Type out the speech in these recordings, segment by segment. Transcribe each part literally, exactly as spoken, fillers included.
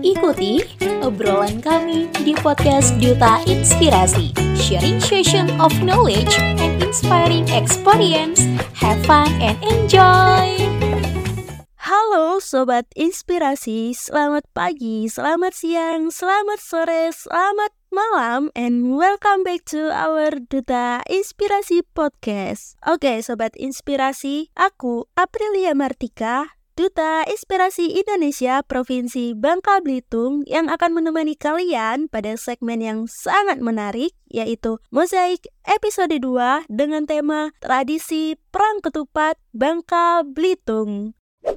Ikuti obrolan kami di podcast Duta Inspirasi, sharing session of knowledge and inspiring experience. Have fun and enjoy! Halo Sobat Inspirasi, selamat pagi, selamat siang, selamat sore, selamat malam, and welcome back to our Duta Inspirasi Podcast. Oke Sobat Inspirasi, aku Aprilia Martika, Duta Inspirasi Indonesia Provinsi Bangka Belitung yang akan menemani kalian pada segmen yang sangat menarik, yaitu Mozaik episode dua dengan tema Tradisi Perang Ketupat Bangka Belitung.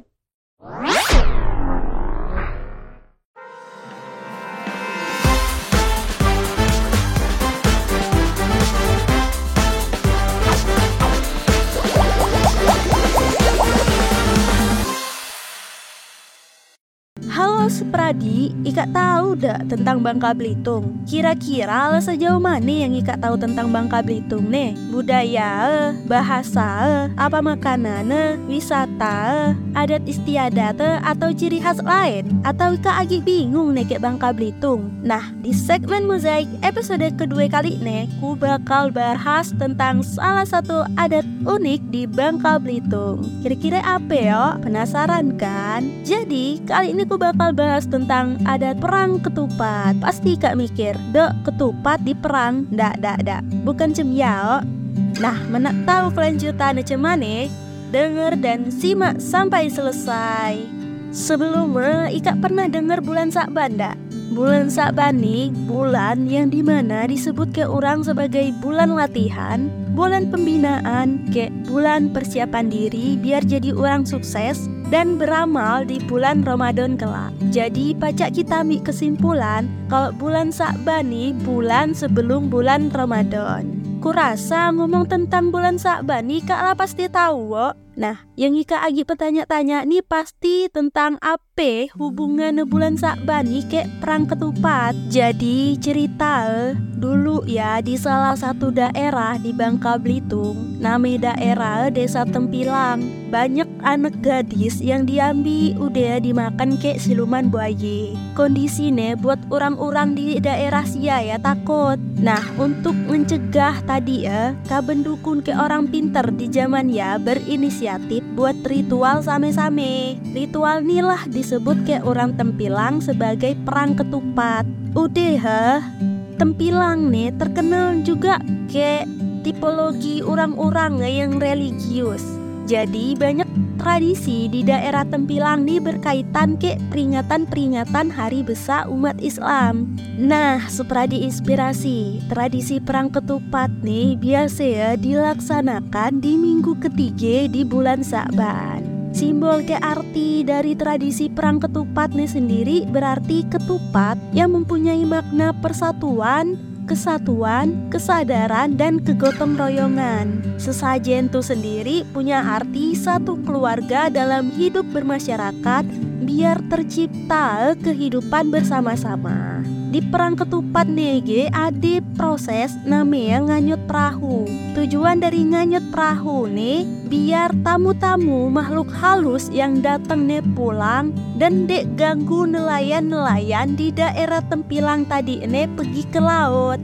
Halo Supradi, Ika tahu dak tentang Bangka Belitung? Kira-kira sejauh mana yang Ika tahu tentang Bangka Belitung nih? Budaya, bahasa, apa makanan, wisata, adat istiadat, atau ciri khas lain? Atau Ika agak bingung nih ke Bangka Belitung? Nah, di segmen Mozaik episode kedua kali nih, ku bakal bahas tentang salah satu adat unik di Bangka Belitung. Kira-kira apa ya? Penasaran kan? Jadi, kali ini ku bakal bahas tentang adat perang ketupat. Pasti Kak mikir, dok ketupat di perang? Dak, dak, dak. Bukan cemia. Nah, menak tahu kelanjutan cemane? Dengar dan simak sampai selesai. Sebelumnya, Ika pernah dengar bulan Sa'ban dak? Bulan Sa'ban nih, bulan yang dimana disebut ke orang sebagai bulan latihan, bulan pembinaan, ke bulan persiapan diri biar jadi orang sukses dan beramal di bulan Ramadan kelak. Jadi pacak kita ambil kesimpulan kalau bulan Sa'ban nih bulan sebelum bulan Ramadan. Kurasa ngomong tentang bulan Sa'ban nih Kak lah pasti tahu wok. Nah, yang Ika agi bertanya-tanya nih pasti tentang apa hubungan bulan Sa'ban nih ke perang ketupat. Jadi cerita dulu ya di salah satu daerah di Bangka Belitung, nama daerah Desa Tempilang. Banyak anak gadis yang diambil udah dimakan ke siluman buaya. Kondisinya buat orang-orang di daerah sia ya takut. Nah, untuk mencegah tadi ya, kaben dukun ke orang pinter di zaman ya berinisiatif buat ritual same-same. Ritual inilah disebut ke orang Tempilang sebagai perang ketupat. Udah ha, Tempilang nih terkenal juga ke tipologi orang-orang yang religius. Jadi banyak tradisi di daerah Tempilang nih berkaitan ke peringatan-peringatan hari besar umat Islam. Nah, Supradi Inspirasi, tradisi perang ketupat nih biasa ya dilaksanakan di minggu ketiga di bulan Sa'ban. Simbol ke arti dari tradisi perang ketupat nih sendiri berarti ketupat yang mempunyai makna persatuan, kesatuan, kesadaran, dan kegotong royongan. Sesajen itu sendiri punya arti satu keluarga dalam hidup bermasyarakat biar tercipta kehidupan bersama-sama. Di perang ketupat nih ada proses namanya nganyut perahu. Tujuan dari nganyut perahu nih biar tamu-tamu makhluk halus yang datang nih pulang dan dek ganggu nelayan-nelayan di daerah Tempilang tadi nih pergi ke laut.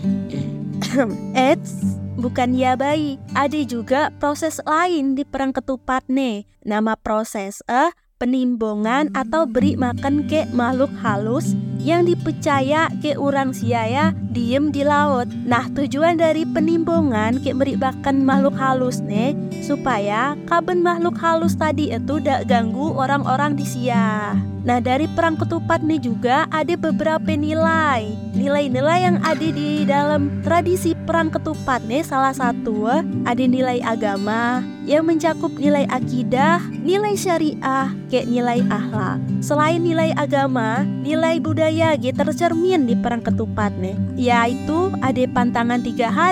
Eits, bukan ya bayi, ada juga proses lain di perang ketupat nih. Nama proses eh penimbongan atau beri makan ke makhluk halus yang dipercaya ke orang siaya diem di laut. Nah, tujuan dari penimbongan ke beri makan makhluk halus nih supaya kaben makhluk halus tadi itu dak ganggu orang-orang di sia. Nah, dari perang ketupat nih juga ada beberapa nilai. Nilai-nilai yang ada di dalam tradisi perang ketupat nih salah satu ada nilai agama yang mencakup nilai akidah, nilai syariah, kayak nilai akhlak. Selain nilai agama, nilai budaya gitu tercermin di perang ketupat nih, yaitu ada pantangan tiga hari,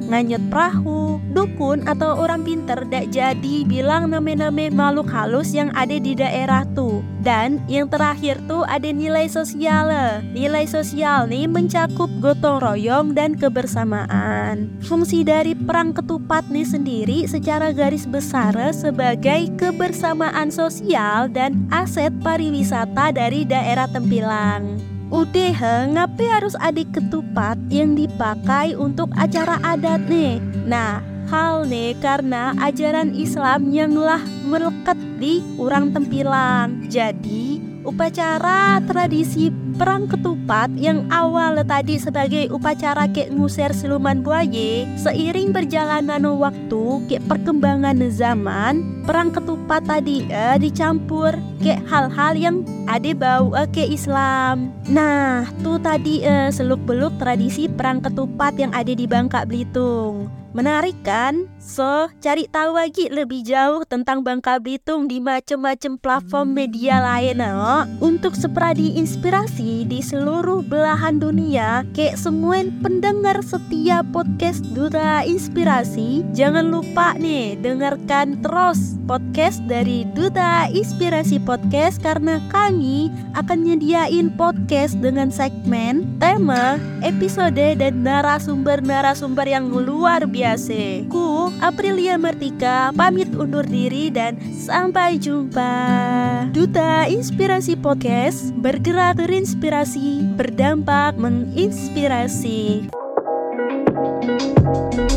nganyet perahu, dukun atau orang pinter dak jadi bilang nama-nama makhluk halus yang ada di daerah tuh. Dan yang terakhir tuh ada nilai sosial. Nilai sosial nih mencakup gotong royong dan kebersamaan. Fungsi dari perang ketupat nih sendiri secara garis besar sebagai kebersamaan sosial dan aset pariwisata dari daerah Tempilang. Udah, ngapain harus ada ketupat yang dipakai untuk acara adat nih? Nah, hal nih karena ajaran Islam yang lah melekat di orang Tempilang. Jadi, upacara tradisi perang ketupat yang awal tadi sebagai upacara kek ngusir siluman buaya, seiring berjalanan waktu kek perkembangan zaman, perang ketupat tadi eh, dicampur kek hal-hal yang ada bau eh, ke Islam. Nah, tuh tadi eh, seluk-beluk tradisi perang ketupat yang ada di Bangka Belitung. Menarik kan? So, cari tahu lagi lebih jauh tentang Bangka Belitung di macam-macam platform media lain no? Untuk sepradi inspirasi di seluruh belahan dunia, kayak semua pendengar setia podcast Duta Inspirasi, jangan lupa nih dengarkan terus podcast dari Duta Inspirasi Podcast karena kami akan nyediain podcast dengan segmen, tema, episode, dan narasumber-narasumber yang luar biasa. Biasa. Ku Aprilia Martika pamit undur diri dan sampai jumpa. Duta Inspirasi Podcast, bergerak terinspirasi, berdampak menginspirasi.